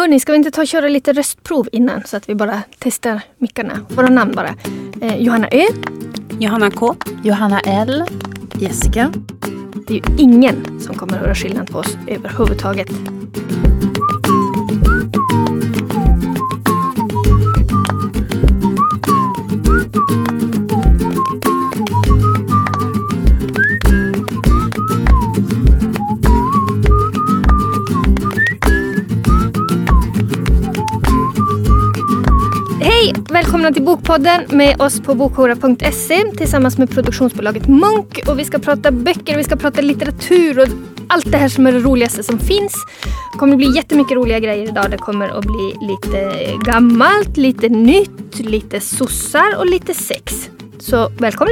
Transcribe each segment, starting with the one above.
Hörni, ska vi inte ta och köra lite röstprov innan så att vi bara testar mickarna? Våra namn bara. Johanna Ö. Johanna K. Johanna L. Jessica. Det är ju ingen som kommer att höra skillnad på oss överhuvudtaget. Hej! Välkomna till Bokpodden med oss på bokhora.se tillsammans med produktionsbolaget Munk. Och vi ska prata böcker, vi ska prata litteratur och allt det här som är det roligaste som finns. Det kommer att bli jättemycket roliga grejer idag. Det kommer att bli lite gammalt, lite nytt, lite sossar och lite sex. Så välkomna!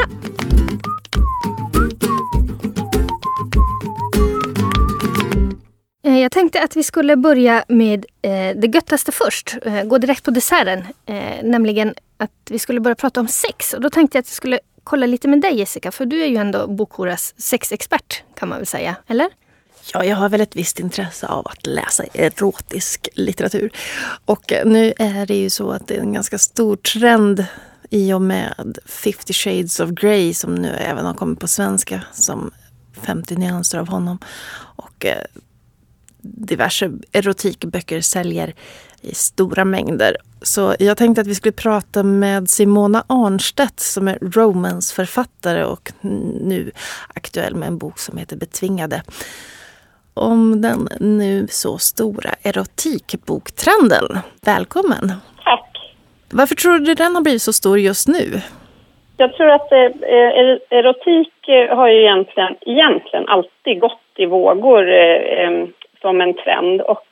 Jag tänkte att vi skulle börja med det göttaste först. Gå direkt på desserten. Nämligen att vi skulle börja prata om sex. Och då tänkte jag att jag skulle kolla lite med dig, Jessica. För du är ju ändå Bokhoras sexexpert, kan man väl säga. Eller? Ja, jag har väl ett visst intresse av att läsa erotisk litteratur. Och nu är det ju så att det är en ganska stor trend i och med 50 Shades of Grey som nu även har kommit på svenska som 50 nyanser av honom. Och diverse erotikböcker säljer i stora mängder. Så jag tänkte att vi skulle prata med Simona Arnstedt som är romansförfattare och nu aktuell med en bok som heter Betvingade. Om den nu så stora erotikboktrenden. Välkommen! Tack! Varför tror du den har blivit så stor just nu? Jag tror att erotik har ju egentligen alltid gått i vågor som en trend och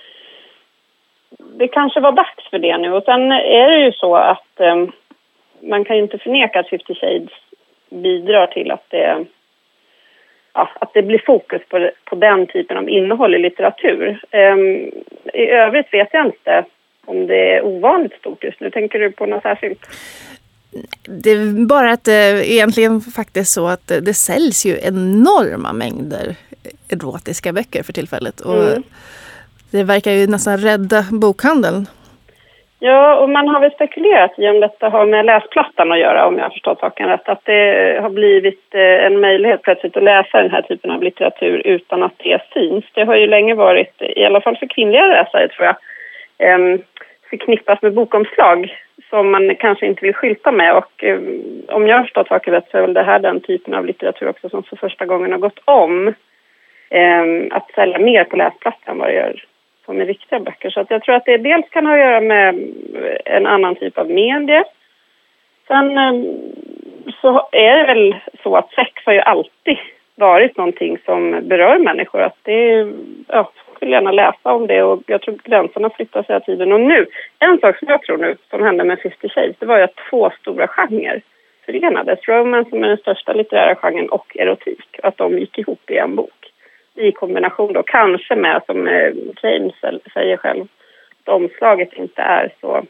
det kanske var dags för det nu. Och sen är det ju så att man kan ju inte förneka att 50 Shades bidrar till att det blir fokus på den typen av innehåll i litteratur. I övrigt vet jag inte om det är ovanligt stort just nu. Tänker du på något särskilt? Det är bara att det egentligen faktiskt så att det säljs ju enorma mängder erotiska böcker för tillfället. Och det verkar ju nästan rädda bokhandeln. Ja, och man har väl spekulerat i om detta har med läsplattan att göra, om jag har förstått saken rätt. Att det har blivit en möjlighet plötsligt att läsa den här typen av litteratur utan att det syns. Det har ju länge varit, i alla fall för kvinnliga läsare tror jag, förknippas med bokomslag som man kanske inte vill skylta med. Och om jag har förstått saken rätt så är väl det här den typen av litteratur också som för första gången har gått om att sälja mer på läsplattan än vad det gör som är riktiga böcker. Så att jag tror att det dels kan ha att göra med en annan typ av medie. Sen så är det väl så att sex har ju alltid varit någonting som berör människor. Att det vill gärna läsa om det och jag tror gränserna flyttas hela tiden. Och nu, en sak som jag tror nu som hände med 50 Shades, det var ju att 2 stora genrer förenades. Romance som är den största litterära genren och erotik. Att de gick ihop i en bok. I kombination då kanske med, som James säger själv, att omslaget inte är så,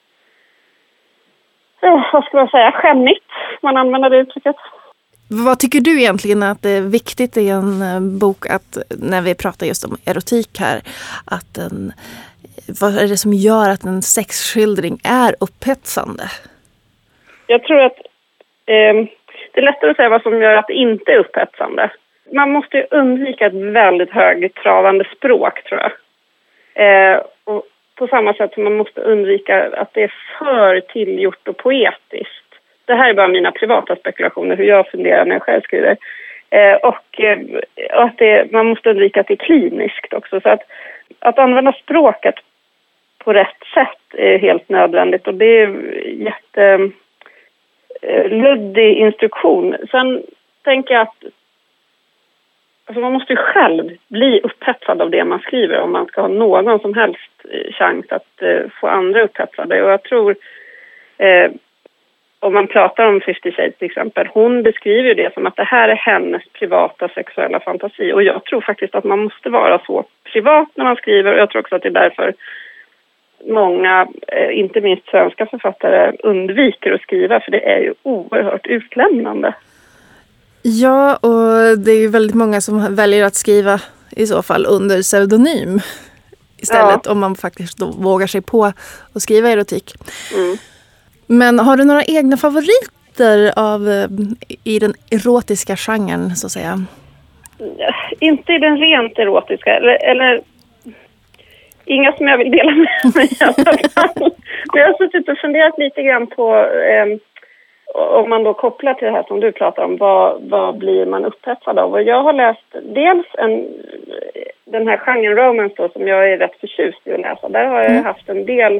vad ska man säga, skämmigt. Man använder det uttrycket. Vad tycker du egentligen att det är viktigt i en bok att, när vi pratar just om erotik här, att vad är det som gör att en sexskildring är upphetsande? Jag tror att det är lättare att säga vad som gör att det inte är upphetsande. Man måste ju undvika ett väldigt högtravande språk, tror jag. Och på samma sätt som man måste undvika att det är för tillgjort och poetiskt. Det här är bara mina privata spekulationer, hur jag funderar när jag själv skriver. Och att man måste undvika att det är kliniskt också. Så att använda språket på rätt sätt är helt nödvändigt. Och det är jätteluddig instruktion. Sen tänker jag att man måste ju själv bli upphetsad av det man skriver om man ska ha någon som helst chans att få andra upphetsade. Och jag tror, om man pratar om 50 Shades till exempel, hon beskriver ju det som att det här är hennes privata sexuella fantasi. Och jag tror faktiskt att man måste vara så privat när man skriver. Och jag tror också att det är därför många, inte minst svenska författare, undviker att skriva. För det är ju oerhört utlämnande. Ja, och det är ju väldigt många som väljer att skriva i så fall under pseudonym. istället om man faktiskt då vågar sig på att skriva erotik. Mm. Men har du några egna favoriter i den erotiska genren så att säga? Inte i den rent erotiska eller inga som jag vill dela med mig i alla fall. Men jag har suttit och funderat lite grann på om man då kopplar till det här som du pratar om, vad blir man upphetsad av? Och jag har läst dels den här genren romance då, som jag är rätt förtjust i att läsa. Där har jag haft en del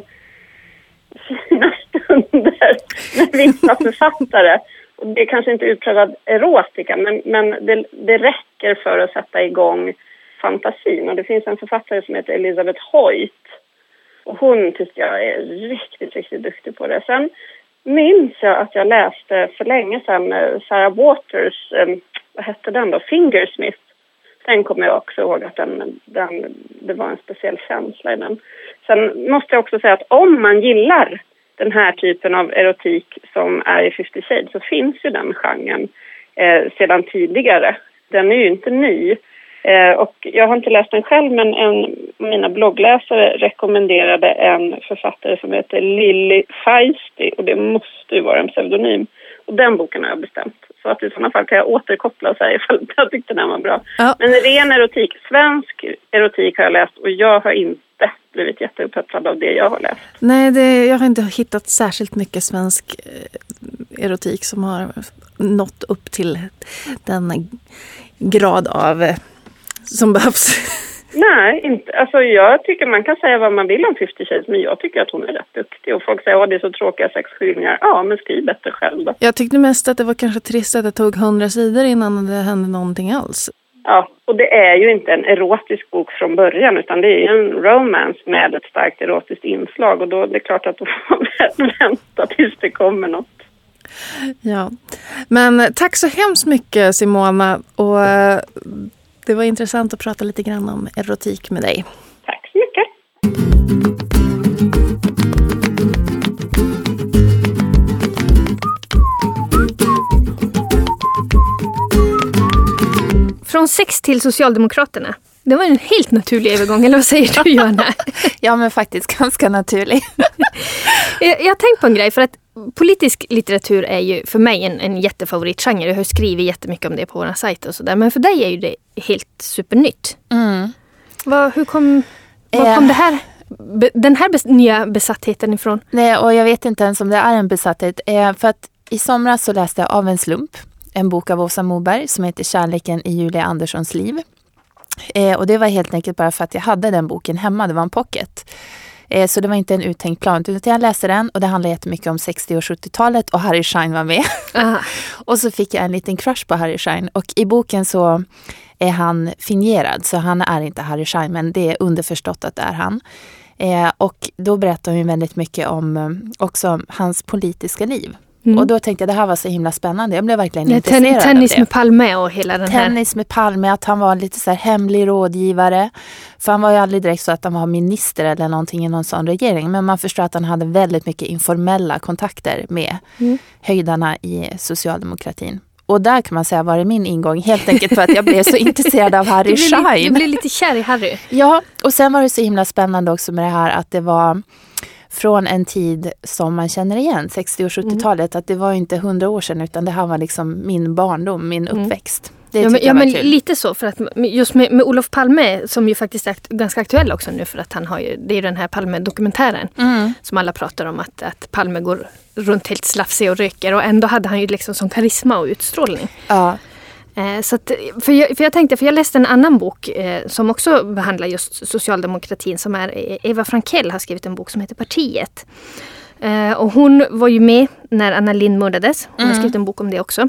fina stunder med vissa författare. Och det är kanske inte utpräglad erotika, men det räcker för att sätta igång fantasin. Och det finns en författare som heter Elizabeth Hoyt. Och hon tycker jag är riktigt, riktigt duktig på det. Sen minns jag att jag läste för länge sedan Sarah Waters, vad hette den då? Fingersmith. Den kommer jag också ihåg att det var en speciell känsla i den. Sen måste jag också säga att om man gillar den här typen av erotik som är i 50 Shades så finns ju den genren sedan tidigare. Den är ju inte ny. Och jag har inte läst den själv, men mina bloggläsare rekommenderade en författare som heter Lily Feisty, och det måste ju vara en pseudonym. Och den boken har jag bestämt. Så att i sådana fall kan jag återkoppla och säga ifall jag tyckte den var bra. Ja. Men ren erotik, svensk erotik har jag läst, och jag har inte blivit jätteupphetsad av det jag har läst. Nej, jag har inte hittat särskilt mycket svensk erotik som har nått upp till den grad av som behövs. Nej, inte. Alltså jag tycker man kan säga vad man vill om 50 Shades, men jag tycker att hon är rätt duktig. Och folk säger att det är så tråkiga sexskildringar. Ja, men skriv bättre själv då. Jag tyckte mest att det var kanske trist att det tog 100 sidor innan det hände någonting alls. Ja, och det är ju inte en erotisk bok från början, utan det är ju en romance med ett starkt erotiskt inslag. Och då är det klart att då får man vänta tills det kommer något. Ja, men tack så hemskt mycket Simona, och det var intressant att prata lite grann om erotik med dig. Tack så mycket. Från sex till Socialdemokraterna. Det var en helt naturlig övergång, eller vad säger du, Johanna? Ja, men faktiskt ganska naturlig. Jag har tänkt på en grej, för att politisk litteratur är ju för mig en jättefavoritgenre. Jag har skrivit jättemycket om det på vår sajt och sådär. Men för dig är ju det helt supernytt. Mm. Var kom den här nya besattheten ifrån? Nej, och jag vet inte ens om det är en besatthet. För att i somras så läste jag Av en slump en bok av Åsa Moberg som heter Kärleken i Julia Anderssons liv. Och det var helt enkelt bara för att jag hade den boken hemma. Det var en pocket. Så det var inte en uttänkt plan. Utan jag läste den, och det handlade jättemycket om 60- och 70-talet, och Harry Schein var med. Och så fick jag en liten crush på Harry Schein. Och i boken så är han fingerad, så han är inte Harry Schein, men det är underförstått att det är han. Och då berättar hon väldigt mycket om också hans politiska liv. Mm. Och då tänkte jag, det här var så himla spännande. Jag blev verkligen intresserad av det. Tennis med Palme och hela den här. Tennis med Palme, att han var lite så här hemlig rådgivare. För han var ju aldrig direkt så att han var minister eller någonting i någon sån regering. Men man förstår att han hade väldigt mycket informella kontakter med höjdarna i socialdemokratin. Och där kan man säga var det min ingång, helt enkelt för att jag blev så intresserad av Harry Schein. Du blev lite kär i Harry. Ja, och sen var det så himla spännande också med det här att det var från en tid som man känner igen, 60- och 70-talet, att det var inte 100 år sedan, utan det här var liksom min barndom, min uppväxt. Det men lite så, för att just med Olof Palme, som ju faktiskt är ganska aktuell också nu, för att han har ju, det är ju den här Palme-dokumentären som alla pratar om, att Palme går runt helt slafsig och röker, och ändå hade han ju liksom sån karisma och utstrålning. Ja. Så att, för jag läste en annan bok som också behandlar just socialdemokratin, som är Eva Frankell har skrivit en bok som heter Partiet. Och hon var ju med när Anna Lindh mördades. Hon har skrivit en bok om det också.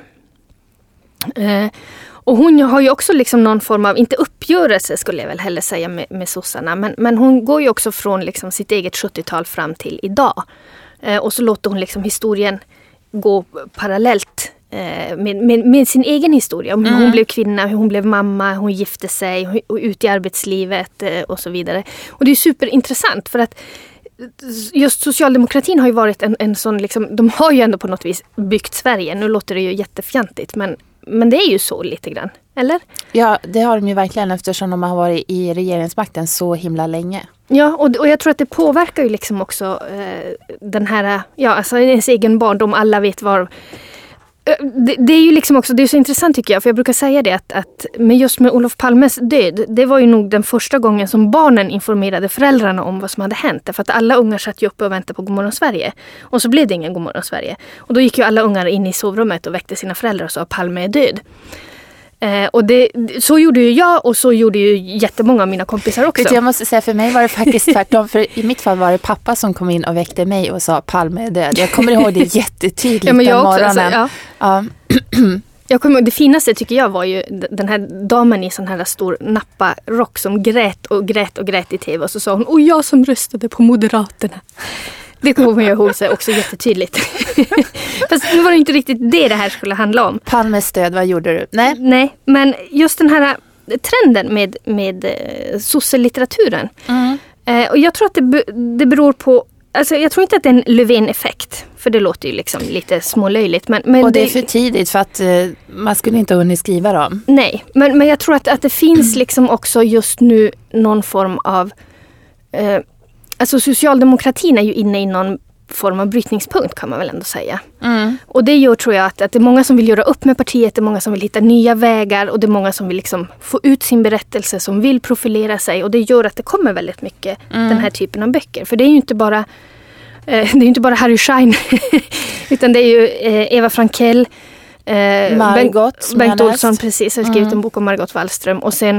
Och hon har ju också liksom någon form av, inte uppgörelse skulle jag väl heller säga med sossarna, men hon går ju också från liksom sitt eget 70-tal fram till idag. Och så låter hon liksom historien gå parallellt med sin egen historia. Hon blev kvinna, hon blev mamma, hon gifte sig och ut i arbetslivet och så vidare. Och det är superintressant, för att just socialdemokratin har ju varit en sån liksom, de har ju ändå på något vis byggt Sverige. Nu låter det ju jättefjantigt, men det är ju så lite grann, eller? Ja, det har de ju verkligen eftersom de har varit i regeringsmakten så himla länge. Ja, och jag tror att det påverkar ju liksom också den här, alltså ens egen barndom, alla vet var. Det är ju liksom också, det är så intressant tycker jag, för jag brukar säga det att just med Olof Palmes död, det var ju nog den första gången som barnen informerade föräldrarna om vad som hade hänt. För att alla ungar satt ju uppe och väntade på Godmorgon Sverige. Och så blev det ingen Godmorgon Sverige. Och då gick ju alla ungar in i sovrummet och väckte sina föräldrar och sa att Palme är död. Och så gjorde ju jag och så gjorde ju jättemånga av mina kompisar också. Jag måste säga, för mig var det faktiskt tvärtom. För i mitt fall var det pappa som kom in och väckte mig och sa Palme är död. Jag kommer ihåg det jättetydligt den morgonen. Jag kommer ihåg, det finaste tycker jag var ju den här damen i sån här stor napparock som grät i tv. Och så sa hon, och jag som röstade på Moderaterna. Det kommer jag ihåg sig också jättetydligt. Fast nu var det inte riktigt det här skulle handla om. Palmes död, vad gjorde du? Nej, men just den här trenden med sosselitteraturen. Och jag tror att det beror på, alltså jag tror inte att det är en Löfven-effekt. För det låter ju liksom lite smålöjligt. Men och det är för tidigt för att man skulle inte ha hunnit skriva dem. Nej, men jag tror att det finns liksom också just nu någon form av... Alltså socialdemokratin är ju inne i någon form av brytningspunkt kan man väl ändå säga. Och det gör tror jag att det är många som vill göra upp med partiet, det är många som vill hitta nya vägar och det är många som vill liksom få ut sin berättelse, som vill profilera sig och det gör att det kommer väldigt mycket den här typen av böcker. För det är ju inte bara Harry Schein utan det är ju Eva Frankell, Bengt Olsson precis, har skrivit en bok om Margot Wallström och sen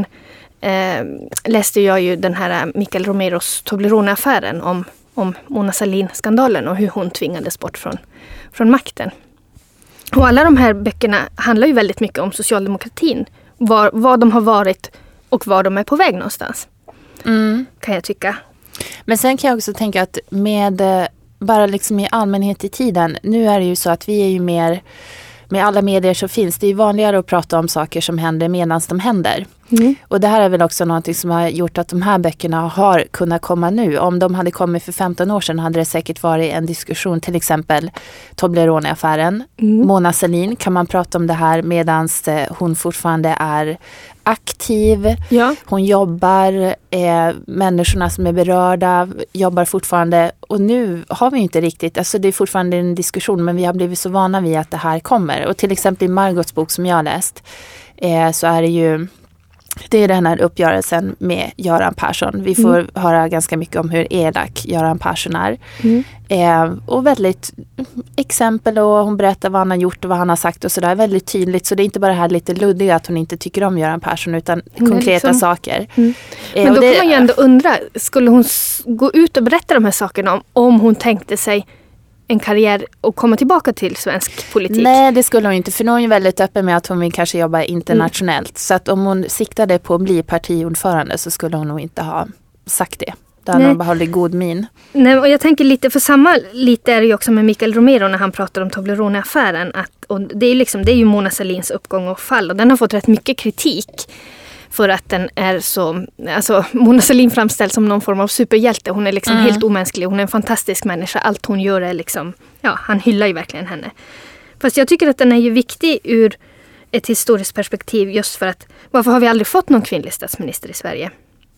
läste jag ju den här Mikael Romeros Toblerone-affären om Mona Sahlin-skandalen och hur hon tvingades bort från makten. Och alla de här böckerna handlar ju väldigt mycket om socialdemokratin. Vad de har varit och var de är på väg någonstans. Kan jag tycka. Men sen kan jag också tänka att med bara liksom i allmänhet i tiden, nu är det ju så att vi är ju mer, med alla medier så finns det ju vanligare att prata om saker som händer medan de händer. Och det här är väl också någonting som har gjort att de här böckerna har kunnat komma nu. Om de hade kommit för 15 år sedan hade det säkert varit en diskussion, till exempel Toblerone-affären. Mona Sahlin, kan man prata om det här medan hon fortfarande är aktiv. Ja. Hon jobbar, människorna som är berörda jobbar fortfarande. Och nu har vi inte riktigt, alltså det är fortfarande en diskussion men vi har blivit så vana vid att det här kommer. Och till exempel i Margots bok som jag har läst så är det ju... Det är den här uppgörelsen med Göran Persson. Vi får höra ganska mycket om hur elak Göran Persson är. Och väldigt exempel och hon berättar vad han har gjort och vad han har sagt och sådär. Väldigt tydligt. Så det är inte bara det här lite luddiga att hon inte tycker om Göran Persson utan konkreta saker. Men då kan man ju ändå undra, skulle hon gå ut och berätta de här sakerna om hon tänkte sig en karriär och komma tillbaka till svensk politik? Nej, det skulle hon inte. För nu är hon ju väldigt öppen med att hon vill kanske jobba internationellt. Så att om hon siktade på att bli partiordförande så skulle hon nog inte ha sagt det. Då hade hon bara hållit god min. Nej, och jag tänker lite, för samma lite är det ju också med Mikael Romero när han pratar om Toblerone-affären. Och det är ju Mona Sahlins uppgång och fall. Och den har fått rätt mycket kritik. För att den är så... Alltså Mona Sahlin framställs som någon form av superhjälte. Hon är liksom helt omänsklig. Hon är en fantastisk människa. Allt hon gör är liksom... Ja, han hyllar ju verkligen henne. Fast jag tycker att den är ju viktig ur ett historiskt perspektiv. Just för att... Varför har vi aldrig fått någon kvinnlig statsminister i Sverige?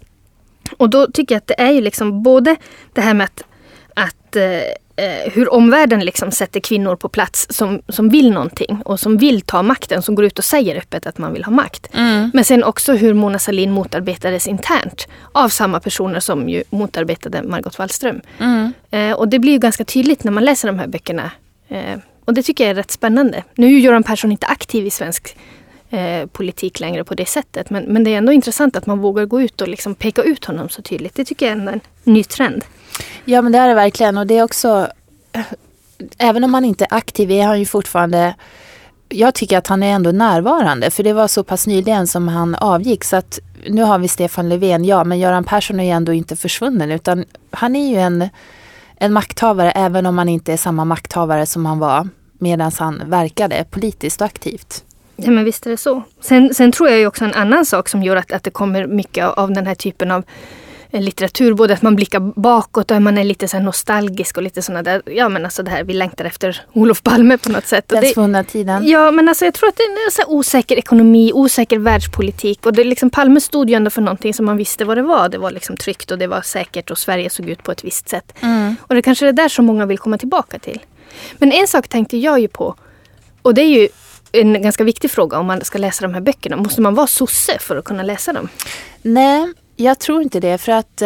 Och då tycker jag att det är ju liksom både det här med att hur omvärlden liksom sätter kvinnor på plats som vill någonting och som vill ta makten, som går ut och säger öppet att man vill ha makt. Men sen också hur Mona Sahlin motarbetades internt av samma personer som ju motarbetade Margot Wallström. Och det blir ju ganska tydligt när man läser de här böckerna. Och det tycker jag är rätt spännande. Nu är ju Göran Persson inte aktiv i svensk politik längre på det sättet. Men det är ändå intressant att man vågar gå ut och liksom peka ut honom så tydligt. Det tycker jag är en ny trend. Ja, men det är det verkligen. Och det är också, även om man inte är aktiv är han ju fortfarande, jag tycker att han är ändå närvarande. För det var så pass nyligen som han avgick. Så att nu har vi Stefan Löfven, ja, men Göran Persson är ju ändå inte försvunnen. Utan han är ju en makthavare, även om han inte är samma makthavare som han var medan han verkade politiskt och aktivt. Ja, men visst är det så. Sen tror jag ju också en annan sak som gör att det kommer mycket av den här typen av litteratur. Både att man blickar bakåt och man är lite så här nostalgisk och lite sådana där, ja men alltså det här, vi längtar efter Olof Palme på något sätt. Den svunna tiden. Ja, men alltså jag tror att det är en så här osäker ekonomi, osäker världspolitik. Och det liksom, Palme stod ju ändå för någonting som man visste vad det var. Det var liksom tryggt och det var säkert och Sverige såg ut på ett visst sätt. Och det kanske är det där som många vill komma tillbaka till. Men en sak tänkte jag ju på, och det är ju en ganska viktig fråga om man ska läsa de här böckerna. Måste man vara sosse för att kunna läsa dem? Nej, jag tror inte det. För att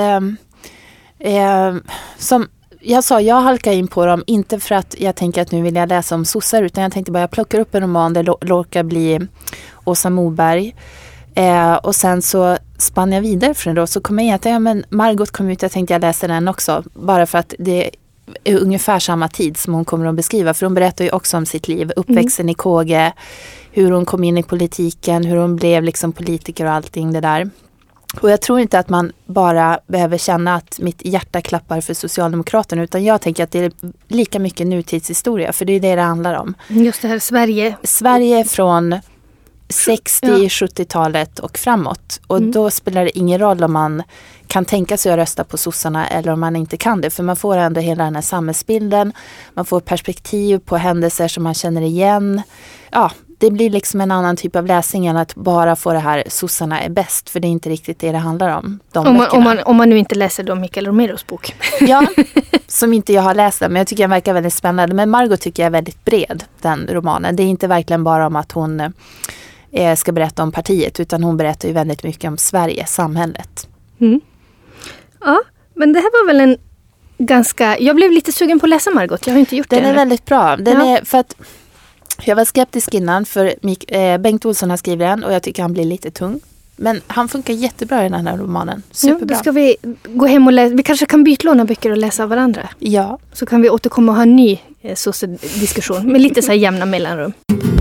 som jag sa, jag halkar in på dem inte för att jag tänker att nu vill jag läsa om sossar, utan jag tänkte bara jag plockar upp en roman där råkar bli Åsa Moberg. Och sen så spann jag vidare för den då. Så kom jag in att men Margot kom ut, jag tänkte jag läser den också. Bara för att det är ungefär samma tid som hon kommer att beskriva. För hon berättar ju också om sitt liv. Uppväxten i Kåge, hur hon kom in i politiken, hur hon blev liksom politiker och allting det där. Och jag tror inte att man bara behöver känna att mitt hjärta klappar för Socialdemokraterna, utan jag tänker att det är lika mycket nutidshistoria, för det är det handlar om. Just det här Sverige från 60-70-talet och framåt. Och då spelar det ingen roll om man kan tänka sig att rösta på sossarna eller om man inte kan det. För man får ändå hela den här samhällsbilden. Man får perspektiv på händelser som man känner igen. Ja, det blir liksom en annan typ av läsning än att bara få det här sossarna är bäst. För det är inte riktigt det handlar om. Om man nu inte läser då Mikael Romeros bok. Ja, som inte jag har läst den. Men jag tycker den verkar väldigt spännande. Men Margot tycker jag är väldigt bred, den romanen. Det är inte verkligen bara om att hon ska berätta om partiet, utan hon berättar ju väldigt mycket om Sverige, samhället. Ja, men det här var väl en ganska... Jag blev lite sugen på att läsa Margot, jag har inte gjort det. Den är väldigt bra. Den är för att jag var skeptisk innan, för Bengt Olsson har skrivit den och jag tycker han blir lite tung. Men han funkar jättebra i den här romanen. Superbra. Då ska vi gå hem och läsa. Vi kanske kan bytlåna böcker och läsa varandra. Ja. Så kan vi återkomma och ha en ny diskussion med lite så här jämna mellanrum.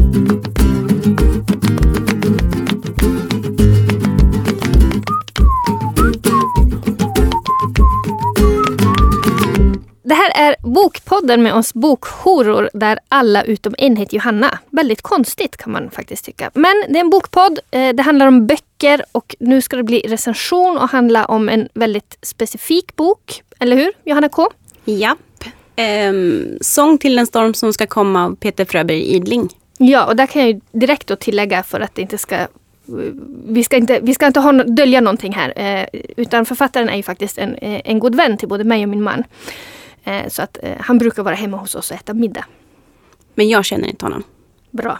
Det här är Bokpodden med oss bokhoror där alla utom en heter Johanna. Väldigt konstigt kan man faktiskt tycka. Men det är en bokpodd, det handlar om böcker och nu ska det bli recension och handla om en väldigt specifik bok. Eller hur, Johanna K? Japp. Sång till en storm som ska komma av Peter Fröberg Idling. Ja, och där kan jag ju direkt då tillägga för att det inte ska... Vi ska inte dölja någonting här. Utan författaren är ju faktiskt en god vän till både mig och min man. Så att han brukar vara hemma hos oss och äta middag. Men jag känner inte honom. Bra.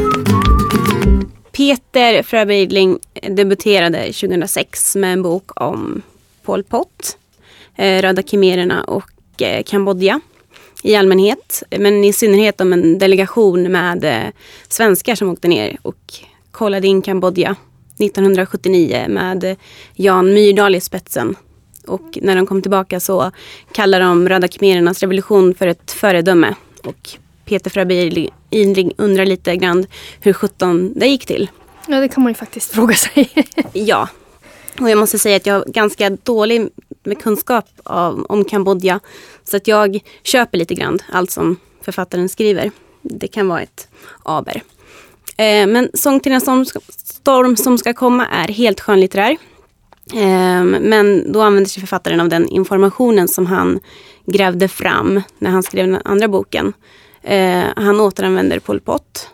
Peter Fröberg Idling debuterade 2006 med en bok om Pol Pot, Röda khmererna och Kambodja i allmänhet. Men i synnerhet om en delegation med svenskar som åkte ner och kollade in Kambodja 1979 med Jan Myrdal i spetsen. Och när de kom tillbaka så kallar de Röda khmerernas revolution för ett föredöme. Och Peter Fröberg Idling undrar lite grann hur 17 det gick till. Ja, det kan man ju faktiskt fråga sig. Ja, och jag måste säga att jag är ganska dålig med kunskap om Kambodja. Så att jag köper lite grann allt som författaren skriver. Det kan vara ett aber. Men Sång till en storm som ska komma är helt skönlitterär. Men då använder sig författaren av den informationen som han grävde fram när han skrev den andra boken. Han återanvänder Pol Pot.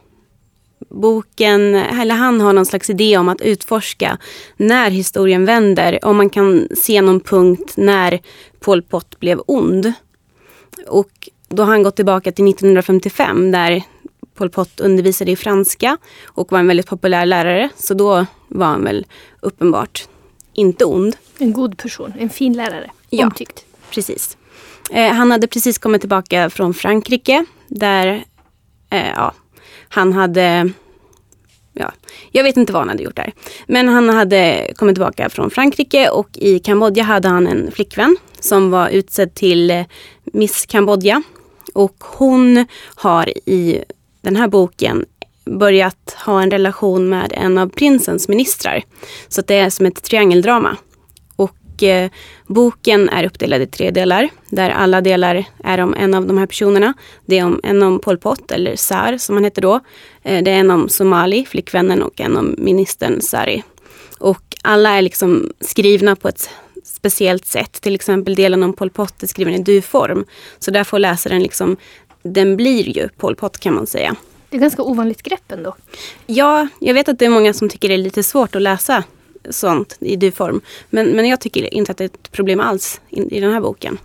Han har någon slags idé om att utforska när historien vänder. Om man kan se någon punkt när Pol Pot blev ond. Och då har han gått tillbaka till 1955 där Pol Pot undervisade i franska och var en väldigt populär lärare. Så då var han väl uppenbart inte ond. En god person, en fin lärare. Ja, omtyckt. Precis. Han hade precis kommit tillbaka från Frankrike där han hade... Ja, jag vet inte vad han hade gjort där. Men han hade kommit tillbaka från Frankrike och i Kambodja hade han en flickvän som var utsedd till Miss Kambodja. Och hon har i den här boken börjat ha en relation med en av prinsens ministrar. Så det är som ett triangeldrama. Och boken är uppdelad i 3 delar. Där alla delar är om en av de här personerna. Det är en om Pol Pot, eller Sar som han heter då. Det är en om Somali, flickvännen, och en om ministern Sari. Och alla är liksom skrivna på ett speciellt sätt. Till exempel delen om Pol Pot är skriven i du-form. Så där får läsaren liksom, den blir ju Pol Pot kan man säga. Det är ganska ovanligt grepp ändå. Ja, jag vet att det är många som tycker det är lite svårt att läsa sånt i du-form. Men jag tycker inte att det är ett problem alls i den här boken.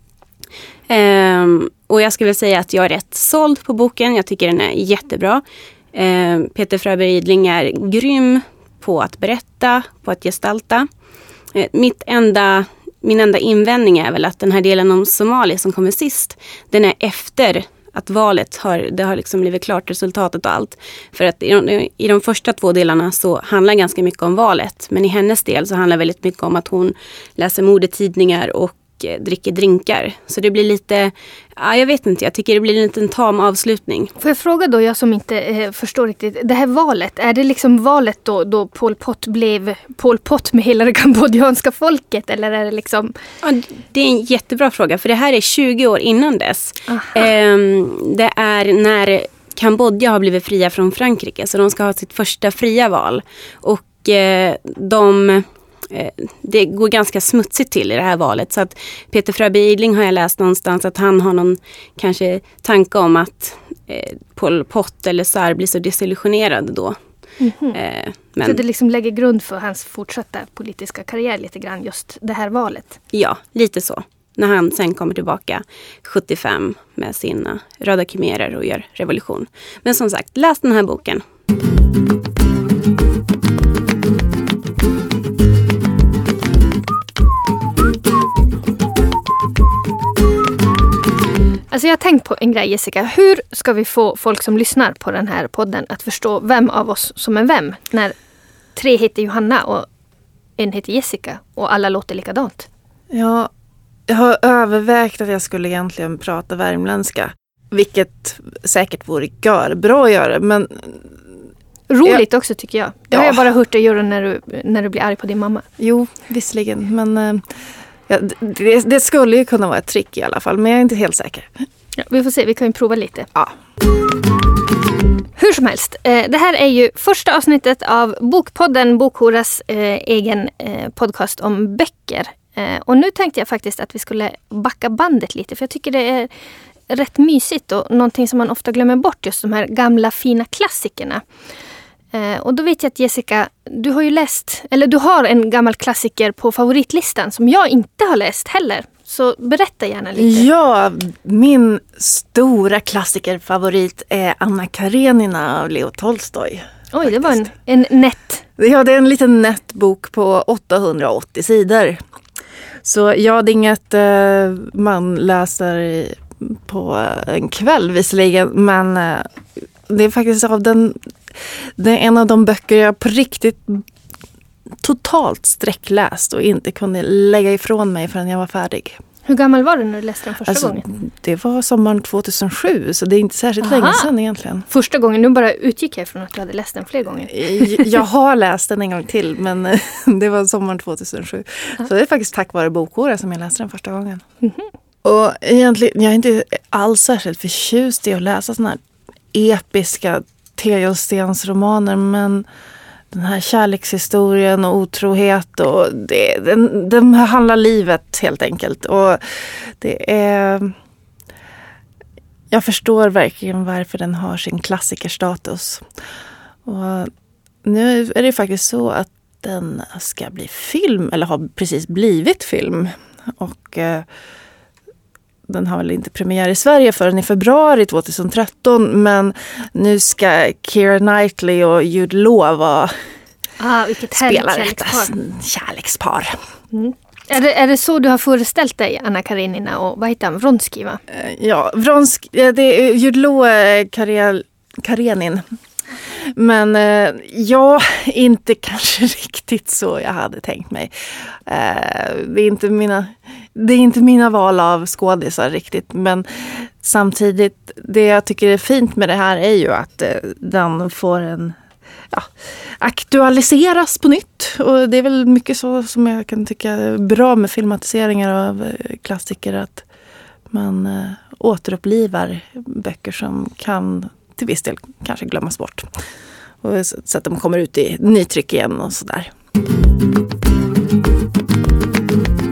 Och jag skulle väl säga att jag är rätt såld på boken. Jag tycker den är jättebra. Peter Fröberg Idling är grym på att berätta, på att gestalta. Min enda invändning är väl att den här delen om Somalia som kommer sist, den är efter att valet har liksom blivit klart, resultatet och allt. För att i de första 2 delarna så handlar ganska mycket om valet. Men i hennes del så handlar väldigt mycket om att hon läser modetidningar och dricker drinkar. Så det blir lite, jag vet inte, jag tycker det blir en liten tam avslutning. Får jag fråga då, jag som inte förstår riktigt, det här valet, är det liksom valet då Pol Pot blev Pol Pot med hela det kambodjanska folket, eller är det liksom? Ja, det är en jättebra fråga, för det här är 20 år innan dess. Det är när Kambodja har blivit fria från Frankrike, så de ska ha sitt första fria val. Och det går ganska smutsigt till i det här valet. Så att Peter Fröberg Idling har jag läst någonstans att han har någon kanske tanke om att Pol Pot eller SAR blir så desillusionerad då. Så det liksom lägger grund för hans fortsatta politiska karriär lite grann, just det här valet? Ja, lite så. När han sen kommer tillbaka 75 med sina röda khmerer och gör revolution. Men som sagt, läs den här boken. Alltså jag har tänkt på en grej, Jessica. Hur ska vi få folk som lyssnar på den här podden att förstå vem av oss som är vem? När 3 heter Johanna och 1 heter Jessica och alla låter likadant. Ja, jag har övervägt att jag skulle egentligen prata värmländska. Vilket säkert vore bra att göra, men... Roligt också tycker jag. Det har jag bara hört dig göra när du blir arg på din mamma. Jo, visserligen. Men det skulle ju kunna vara ett trick i alla fall. Men jag är inte helt säker. Ja, vi får se, vi kan ju prova lite. Ja. Hur som helst, det här är ju första avsnittet av Bokpodden, Bokhoras egen podcast om böcker. Och nu tänkte jag faktiskt att vi skulle backa bandet lite. För jag tycker det är rätt mysigt och någonting som man ofta glömmer bort, just de här gamla fina klassikerna. Och då vet jag att Jessica, du har ju läst, eller du har en gammal klassiker på favoritlistan som jag inte har läst heller. Så berätta gärna lite. Ja, min stora klassikerfavorit är Anna Karenina av Leo Tolstoj. Oj, det var en nätt. Ja, det är en liten nätt bok på 880 sidor. Så ja, det är inget man läser på en kväll visserligen, men det är faktiskt det är en av de böcker jag på riktigt totalt sträckläst och inte kunde lägga ifrån mig förrän jag var färdig. Hur gammal var du när du läste den första gången? Det var sommaren 2007, så det är inte särskilt länge sedan egentligen. Första gången, nu bara utgick jag ifrån att du hade läst den fler gånger. Jag har läst den en gång till, men det var sommaren 2007. Så det är faktiskt tack vare Bokhora som jag läste den första gången. Och egentligen, jag är inte alls särskilt förtjust i att läsa såna här episka tegelstensromaner, men den här kärlekshistorien och otrohet och den handlar livet helt enkelt. Och det är... Jag förstår verkligen varför den har sin klassikerstatus. Och nu är det faktiskt så att den ska bli film, eller har precis blivit film. Och den har väl inte premiär i Sverige förrän i februari 2013. Men nu ska Keira Knightley och Jude Law spela detta kärlekspar. Mm. Är det så du har föreställt dig Anna Karenina och vad heter han? Vronsky, va? Ja, det är Jude Law, Karenin. Men ja, inte kanske riktigt så jag hade tänkt mig. Det är inte mina val av skådisar riktigt. Men samtidigt, det jag tycker är fint med det här är ju att den får aktualiseras på nytt. Och det är väl mycket så som jag kan tycka är bra med filmatiseringar av klassiker, att man återupplivar böcker som kan till viss del kanske glömmas bort. Och så att de kommer ut i nytryck igen och sådär.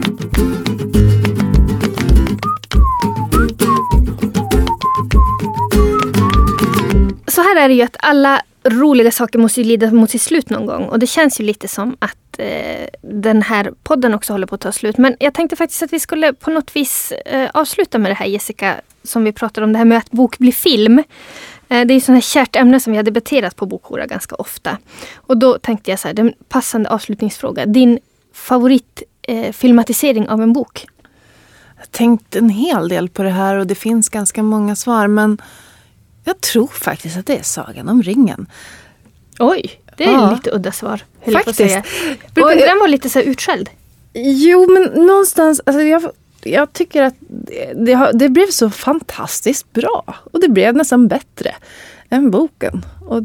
här är det ju att alla roliga saker måste ju lida mot sitt slut någon gång. Och det känns ju lite som att den här podden också håller på att ta slut. Men jag tänkte faktiskt att vi skulle på något vis avsluta med det här, Jessica, som vi pratade om, det här med att bok blir film. Det är ju sådant här kärt ämne som vi har debatterat på Bokhora ganska ofta. Och då tänkte jag så här, den passande avslutningsfråga. Din favoritfilmatisering av en bok? Jag tänkte en hel del på det här och det finns ganska många svar, men jag tror faktiskt att det är Sagan om ringen. Oj, det är lite udda svar. Faktiskt. Brukar den vara lite så här utskälld? Jo, men någonstans, alltså jag tycker att det blev så fantastiskt bra. Och det blev nästan bättre än boken. Och,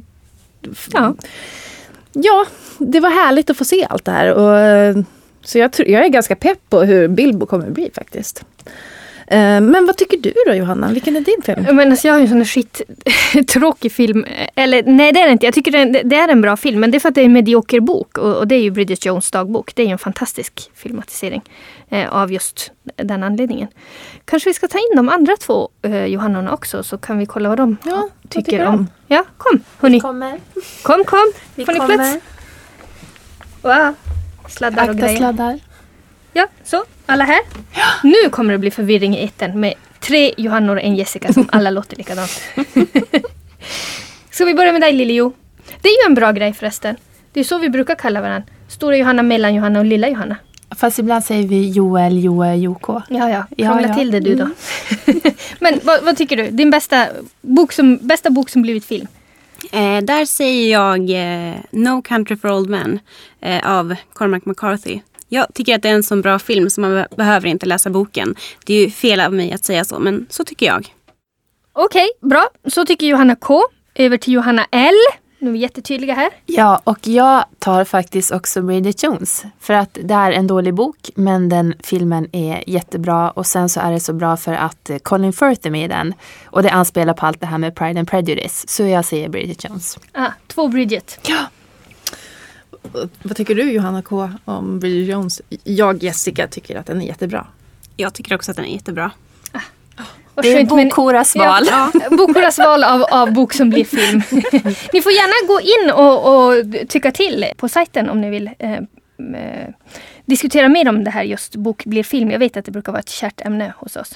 ja, det var härligt att få se allt det här. Och, så jag är ganska pepp på hur Bilbo kommer att bli faktiskt. Men vad tycker du då, Johanna? Vilken är din film? Men alltså, jag har ju en sån där tråkig film. Eller nej, det är det inte. Jag tycker det är en bra film. Men det är för att det är en medioker bok. Och det är ju Bridget Jones dagbok. Det är ju en fantastisk filmatisering av just den anledningen. Kanske vi ska ta in de andra två Johannorna också. Så kan vi kolla vad de tycker om. Ja, kom hörni. Kom. Får ni plats? Wow. Sladdar och grejer. Sladdar. Ja, så. Alla här. Ja. Nu kommer det bli förvirring i etern med 3 Johannor och en Jessica som alla låter likadant. Ska vi börja med dig, Liljo? Det är ju en bra grej förresten. Det är så vi brukar kalla varandra. Stora Johanna, mellan Johanna och lilla Johanna. Fast ibland säger vi Joel, Joko. Ja. Krångla till det du då. Men vad tycker du? Din bästa bok som blivit film? Där säger jag No Country for Old Men av Cormac McCarthy. Jag tycker att det är en sån bra film som man behöver inte läsa boken. Det är ju fel av mig att säga så, men så tycker jag. Okej, bra. Så tycker Johanna K. Över till Johanna L. Nu är vi jättetydliga här. Ja, och jag tar faktiskt också Bridget Jones. För att det är en dålig bok, men den filmen är jättebra. Och sen så är det så bra för att Colin Firth är med i den. Och det anspelar på allt det här med Pride and Prejudice. Så jag säger Bridget Jones. 2 Bridget. Ja. Vad tycker du, Johanna K, om Bridget Jones? Jag, Jessica, tycker att den är jättebra. Jag tycker också att den är jättebra. Det är Bokhoras val. Ja, Bokhoras val av bok som blir film. Ni får gärna gå in och tycka till på sajten om ni vill diskutera mer om det här, just bok blir film. Jag vet att det brukar vara ett kärt ämne hos oss.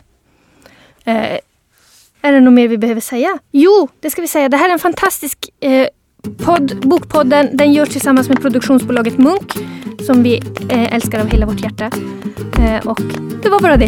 Är det något mer vi behöver säga? Jo, det ska vi säga. Det här är en fantastisk Bokpodden. Den görs tillsammans med produktionsbolaget Munk, som vi älskar av hela vårt hjärta. Och det var bara det.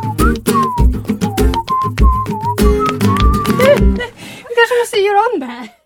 Kanske måste göra om det här.